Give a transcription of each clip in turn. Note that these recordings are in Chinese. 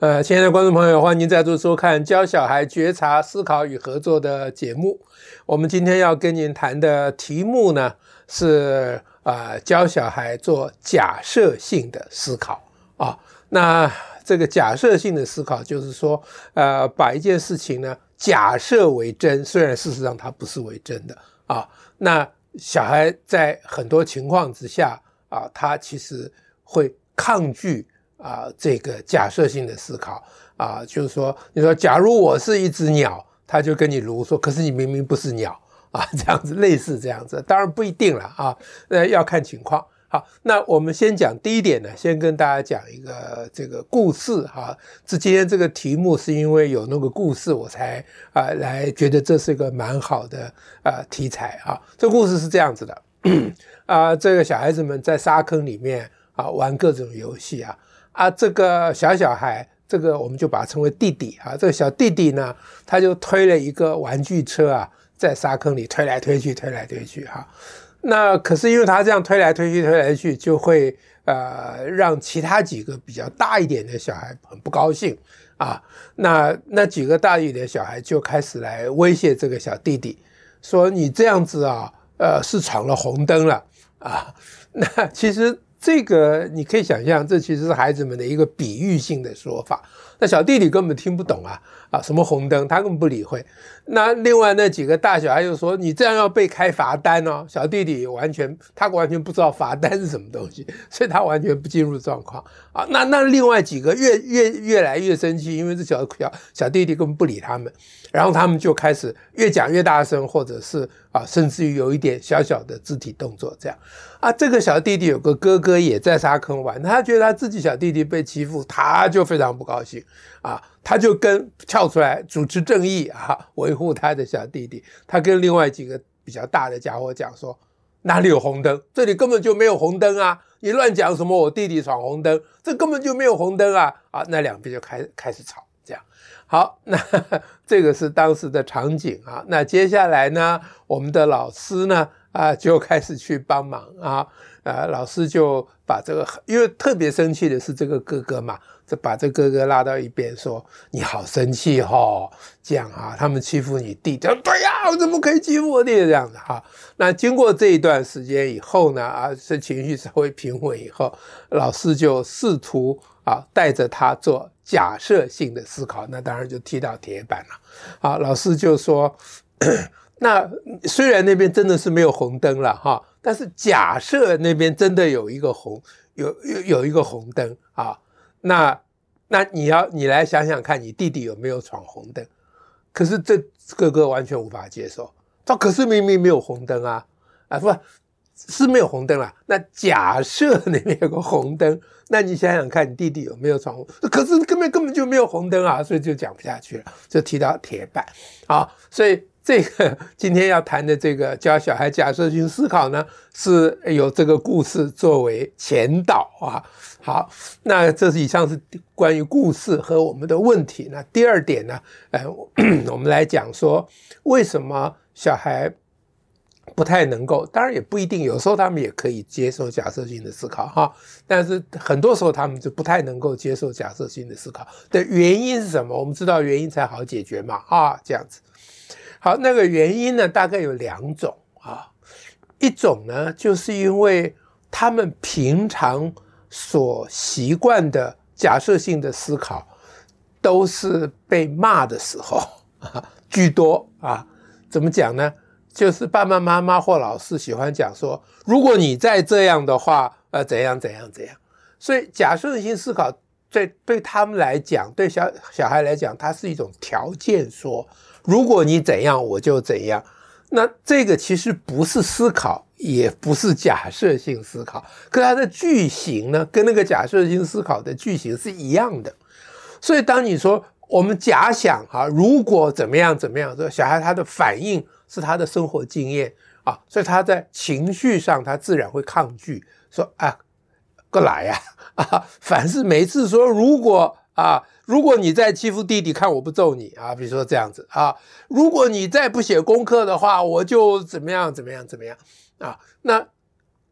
亲爱的观众朋友，欢迎再度收看教小孩觉察、思考与合作的节目。我们今天要跟您谈的题目呢是教小孩做假设性的思考啊。那这个假设性的思考就是说，把一件事情呢假设为真，虽然事实上它不是为真的啊。那小孩在很多情况之下啊，他其实会抗拒这个假设性的思考啊，就是说，你说假如我是一只鸟，他就跟你如说，可是你明明不是鸟啊，这样子类似这样子，当然不一定了啊，要看情况。好，那我们先讲第一点呢，先跟大家讲一个这个故事哈。今天这个题目是因为有那个故事，我才来觉得这是一个蛮好的题材啊。这故事是这样子的这个小孩子们在沙坑里面玩各种游戏这个小孩，这个我们就把它称为弟弟这个小弟弟呢，他就推了一个玩具车在沙坑里推来推去那可是因为他这样推来推去就会让其他几个比较大一点的小孩很不高兴那几个大一点的小孩就开始来威胁这个小弟弟，说你这样子是闯了红灯了那其实这个你可以想象，这其实是孩子们的一个比喻性的说法。那小弟弟根本听不懂什么红灯，他根本不理会。那另外那几个大小孩就说你这样要被开罚单哦。小弟弟完全不知道罚单是什么东西，所以他完全不进入状况那另外几个越来越生气，因为这小弟弟根本不理他们，然后他们就开始越讲越大声，或者是甚至于有一点小小的肢体动作这样这个小弟弟有个哥哥也在沙坑玩，他觉得他自己小弟弟被欺负，他就非常不高兴他就跳出来主持正义维护他的小弟弟。他跟另外几个比较大的家伙讲说，哪里有红灯，这里根本就没有红灯你乱讲什么我弟弟闯红灯，这根本就没有红灯那两边就开始吵这样。好，那这个是当时的场景那接下来呢，我们的老师呢就开始去帮忙老师就把这个，因为特别生气的是这个哥哥嘛，就把这个哥哥拉到一边说，你好生气这样他们欺负你弟弟，对我怎么可以欺负我弟弟这样子那经过这一段时间以后呢这情绪稍微平稳以后，老师就试图带着他做假设性的思考，那当然就踢到铁板了老师就说那虽然那边真的是没有红灯了但是假设那边真的有一个有一个红灯那你来想想看，你弟弟有没有闯红灯？可是这哥哥完全无法接受，他可是明明没有红灯不是没有红灯啦，那假设那边有个红灯，那你想想看，你弟弟有没有闯红灯？可是根本就没有红灯所以就讲不下去了，就提到铁板所以这个今天要谈的这个教小孩假设性思考呢，是有这个故事作为前导好，那这是以上是关于故事和我们的问题。那第二点呢我们来讲说为什么小孩不太能够，当然也不一定，有时候他们也可以接受假设性的思考但是很多时候他们就不太能够接受假设性的思考的原因是什么？我们知道原因才好解决嘛这样子。好，那个原因呢大概有两种一种呢就是因为他们平常所习惯的假设性的思考都是被骂的时候居多怎么讲呢？就是爸爸妈妈或老师喜欢讲说，如果你再这样的话怎样，所以假设性思考对他们来讲，对小孩来讲，它是一种条件说，如果你怎样我就怎样。那这个其实不是思考，也不是假设性思考，可它的句型呢跟那个假设性思考的句型是一样的。所以当你说我们假想如果怎么样，小孩他的反应是他的生活经验所以他在情绪上他自然会抗拒，说过来凡是每次说如果你再欺负弟弟，看我不揍你比如说这样子如果你再不写功课的话，我就怎么样那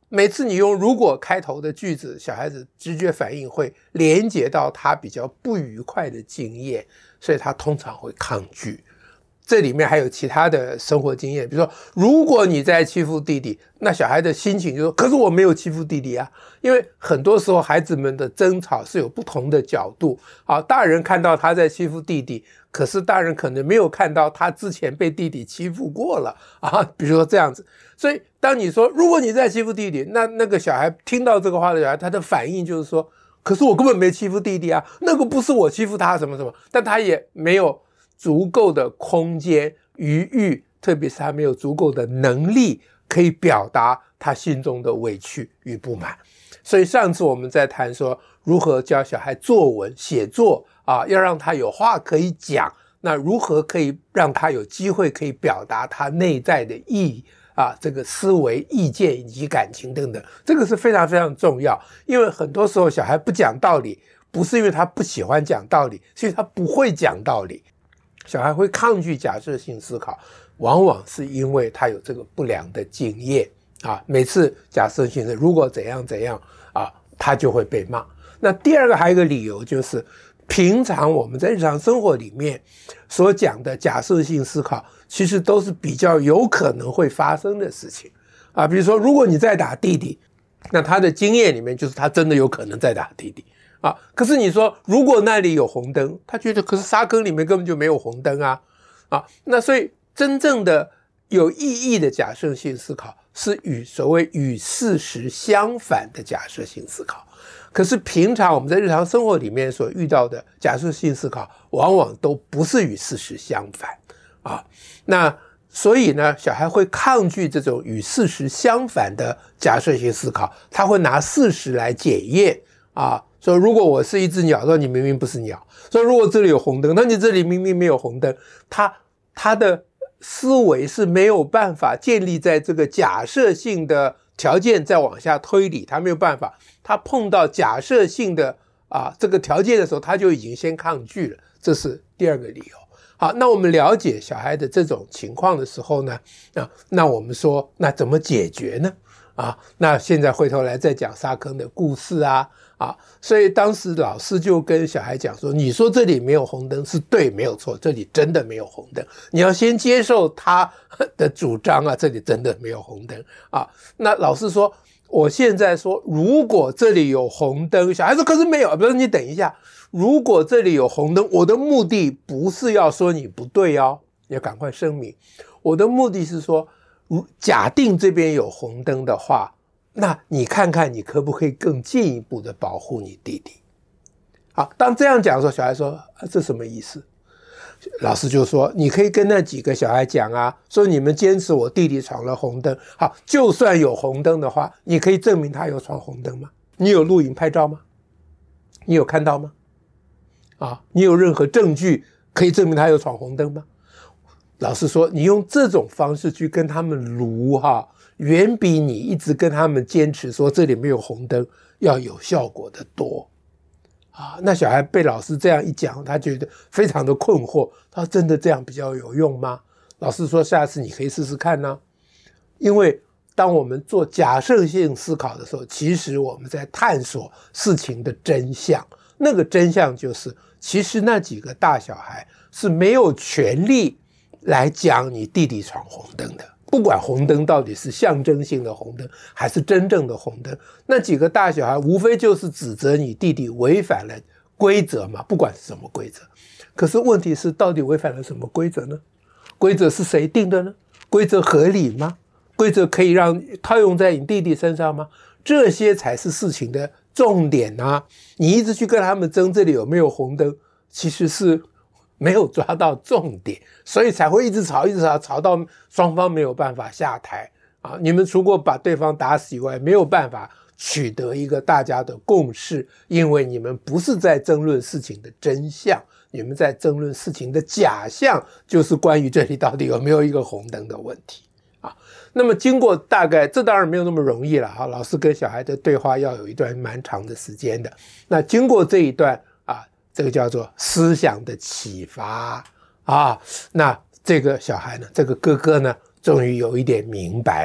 每次你用如果开头的句子，小孩子直觉反应会连接到他比较不愉快的经验，所以他通常会抗拒。这里面还有其他的生活经验，比如说，如果你在欺负弟弟，那小孩的心情就说：“可是我没有欺负弟弟啊。”因为很多时候孩子们的争吵是有不同的角度。好，大人看到他在欺负弟弟，可是大人可能没有看到他之前被弟弟欺负过了啊。比如说这样子，所以当你说如果你在欺负弟弟，那个小孩听到这个话的小孩，他的反应就是说：“可是我根本没欺负弟弟啊，那个不是我欺负他什么什么。”但他也没有足够的空间余裕，特别是他没有足够的能力可以表达他心中的委屈与不满。所以上次我们在谈说如何教小孩作文写作啊，要让他有话可以讲，那如何可以让他有机会可以表达他内在的意啊，这个思维意见以及感情等等，这个是非常非常重要。因为很多时候小孩不讲道理，不是因为他不喜欢讲道理，是因为他不会讲道理。小孩会抗拒假设性思考，往往是因为他有这个不良的经验啊。每次假设性的如果怎样怎样啊，他就会被骂。那第二个还有一个理由就是，平常我们在日常生活里面所讲的假设性思考，其实都是比较有可能会发生的事情啊。比如说，如果你在打弟弟，那他的经验里面就是他真的有可能在打弟弟。啊，可是你说如果那里有红灯，他觉得可是沙坑里面根本就没有红灯啊，那所以真正的有意义的假设性思考是所谓与事实相反的假设性思考。可是平常我们在日常生活里面所遇到的假设性思考，往往都不是与事实相反啊。那所以呢，小孩会抗拒这种与事实相反的假设性思考，他会拿事实来检验啊。说如果我是一只鸟，说你明明不是鸟；说如果这里有红灯，那你这里明明没有红灯。他的思维是没有办法建立在这个假设性的条件再往下推理，他没有办法。他碰到假设性的这个条件的时候，他就已经先抗拒了，这是第二个理由。好，那我们了解小孩的这种情况的时候呢，那我们说那怎么解决呢？那现在回头来再讲沙坑的故事所以当时老师就跟小孩讲说，你说这里没有红灯是对，没有错，这里真的没有红灯，你要先接受他的主张这里真的没有红灯那老师说，我现在说如果这里有红灯，小孩说可是没有，不是，你等一下，如果这里有红灯，我的目的不是要说你不对你要赶快声明，我的目的是说，假定这边有红灯的话，那你看看你可不可以更进一步的保护你弟弟。好，当这样讲的时候，小孩说这什么意思？老师就说你可以跟那几个小孩讲说你们坚持我弟弟闯了红灯，好，就算有红灯的话，你可以证明他有闯红灯吗？你有录影拍照吗？你有看到吗？你有任何证据可以证明他有闯红灯吗？老师说你用这种方式去跟他们撸远比你一直跟他们坚持说这里没有红灯要有效果的多那小孩被老师这样一讲，他觉得非常的困惑，他说真的这样比较有用吗？老师说下次你可以试试看因为当我们做假设性思考的时候，其实我们在探索事情的真相，那个真相就是其实那几个大小孩是没有权利来讲你弟弟闯红灯的，不管红灯到底是象征性的红灯还是真正的红灯，那几个大小孩无非就是指责你弟弟违反了规则嘛，不管是什么规则。可是问题是到底违反了什么规则呢？规则是谁定的呢？规则合理吗？规则可以让套用在你弟弟身上吗？这些才是事情的重点你一直去跟他们争这里有没有红灯，其实是没有抓到重点，所以才会一直吵吵到双方没有办法下台你们除过把对方打死以外，没有办法取得一个大家的共识，因为你们不是在争论事情的真相，你们在争论事情的假象，就是关于这里到底有没有一个红灯的问题那么经过大概，这当然没有那么容易了老师跟小孩的对话要有一段蛮长的时间的。那经过这一段这个叫做思想的启发那这个小孩呢，这个哥哥呢，终于有一点明白了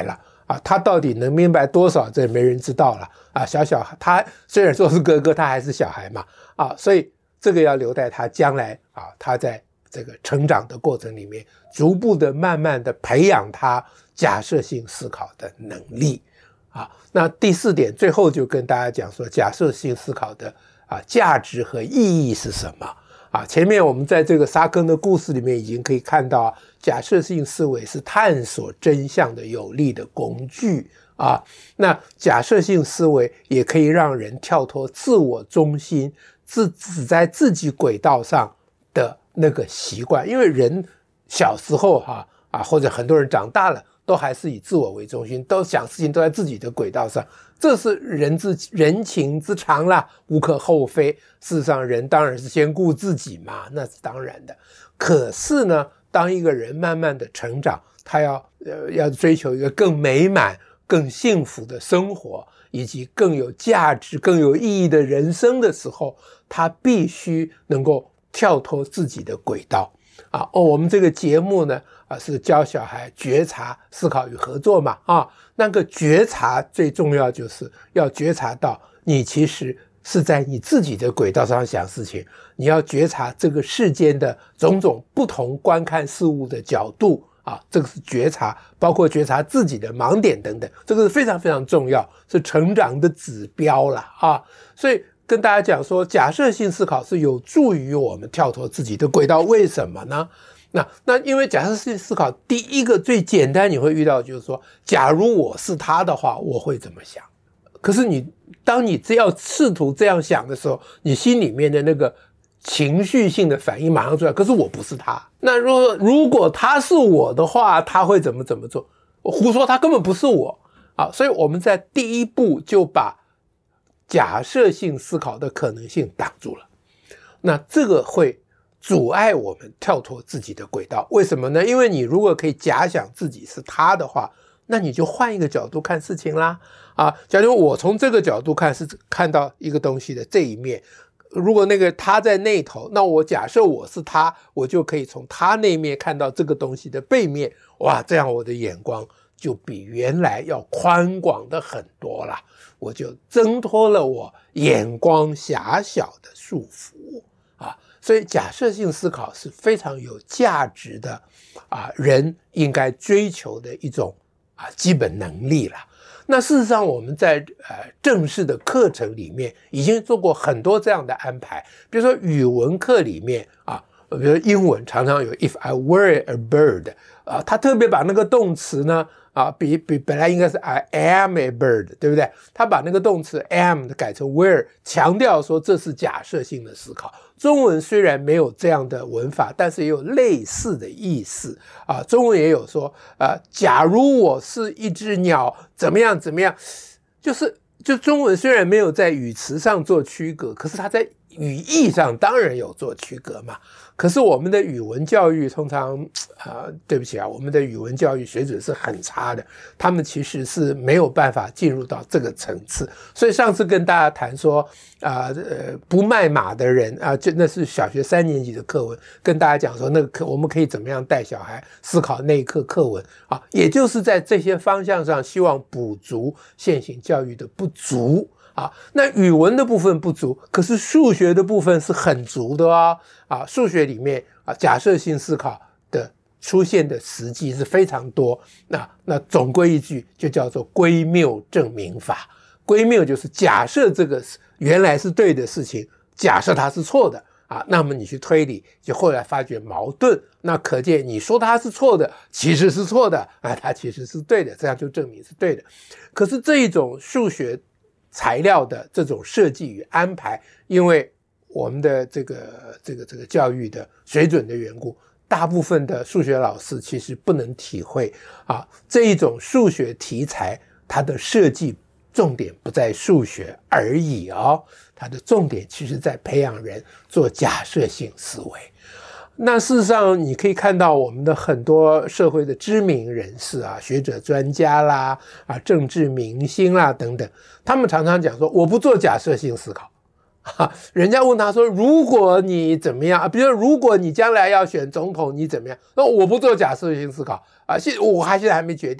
啊，他到底能明白多少，这没人知道了啊。小孩他虽然说是哥哥，他还是小孩嘛啊，所以这个要留待他将来啊，他在这个成长的过程里面，逐步的、慢慢的培养他假设性思考的能力啊。那第4点，最后就跟大家讲说，假设性思考的价值和意义是什么啊？前面我们在这个沙坑的故事里面已经可以看到，假设性思维是探索真相的有力的工具啊。那假设性思维也可以让人跳脱自我中心、只在自己轨道上的那个习惯，因为人小时候或者很多人长大了，都还是以自我为中心，都想事情都在自己的轨道上，这是人情之常啦，无可厚非。事实上，人当然是先顾自己嘛，那是当然的。可是呢，当一个人慢慢的成长，他要追求一个更美满、更幸福的生活，以及更有价值、更有意义的人生的时候，他必须能够跳脱自己的轨道啊。我们这个节目呢是教小孩觉察、思考与合作嘛啊。那个觉察最重要，就是要觉察到你其实是在你自己的轨道上想事情，你要觉察这个世间的种种不同观看事物的角度啊，这个是觉察，包括觉察自己的盲点等等，这个是非常非常重要，是成长的指标啦啊。所以跟大家讲说，假设性思考是有助于我们跳脱自己的轨道，为什么呢？那因为假设性思考第一个最简单你会遇到就是说，假如我是他的话，我会怎么想？可是当你只要试图这样想的时候，你心里面的那个情绪性的反应马上出来，可是我不是他。那如果他是我的话，他会怎么做？我胡说，他根本不是我啊！所以我们在第一步就把假设性思考的可能性挡住了。那这个会阻碍我们跳脱自己的轨道。为什么呢？因为你如果可以假想自己是他的话，那你就换一个角度看事情啦啊！假如我从这个角度看，是看到一个东西的这一面，如果那个他在那头，那我假设我是他，我就可以从他那面看到这个东西的背面。哇，这样我的眼光就比原来要宽广的很多啦，我就挣脱了我眼光狭小的束缚啊。所以假设性思考是非常有价值的人应该追求的一种基本能力啦。那事实上我们在正式的课程里面已经做过很多这样的安排，比如说语文课里面比如说英文常常有 if I were a bird 他特别把那个动词呢比本来应该是 I am a bird， 对不对？他把那个动词 am 改成 were， 强调说这是假设性的思考。中文虽然没有这样的文法，但是也有类似的意思中文也有说假如我是一只鸟，怎么样怎么样，就中文虽然没有在语词上做区隔，可是它在语义上当然有做区隔嘛。可是我们的语文教育通常对不起我们的语文教育水准是很差的，他们其实是没有办法进入到这个层次。所以上次跟大家谈说不卖马的人那是小学3年级的课文，跟大家讲说那个课我们可以怎么样带小孩思考那一课课文也就是在这些方向上希望补足现行教育的不足那语文的部分不足，可是数学的部分是很足的数学里面假设性思考的出现的时机是非常多。那总归一句就叫做归谬证明法。归谬就是假设这个原来是对的事情，假设它是错的那么你去推理，就后来发觉矛盾，那可见你说它是错的其实是错的它其实是对的，这样就证明是对的。可是这一种数学材料的这种设计与安排，因为我们的这个教育的水准的缘故，大部分的数学老师其实不能体会这一种数学题材它的设计重点不在数学而已它的重点其实在培养人做假设性思维。那事实上你可以看到我们的很多社会的知名人士学者专家啦政治明星啦等等，他们常常讲说我不做假设性思考人家问他说如果你怎么样比如说如果你将来要选总统你怎么样，那我不做假设性思考我现在还没决定。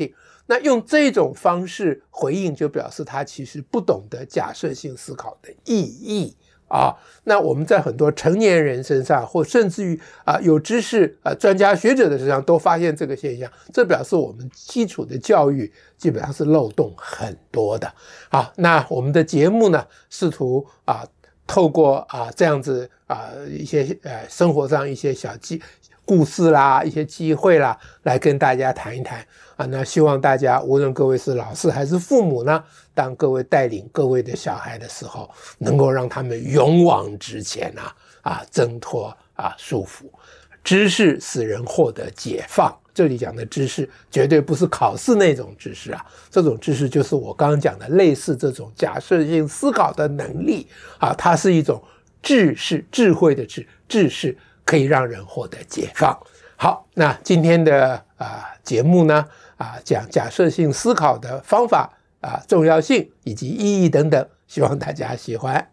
那用这种方式回应，就表示他其实不懂得假设性思考的意义啊。那我们在很多成年人身上，或甚至于有知识专家学者的身上都发现这个现象，这表示我们基础的教育基本上是漏洞很多的。好，那我们的节目呢，试图透过这样子一些生活上一些小故事啦，一些机会啦，来跟大家谈一谈那希望大家无论各位是老师还是父母呢，当各位带领各位的小孩的时候，能够让他们勇往直前挣脱束缚。知识使人获得解放，这里讲的知识绝对不是考试那种知识这种知识就是我刚刚讲的类似这种假设性思考的能力它是一种智识，智慧的智识可以让人获得解放。好，那今天的节目呢讲假设性思考的方法重要性以及意义等等，希望大家喜欢。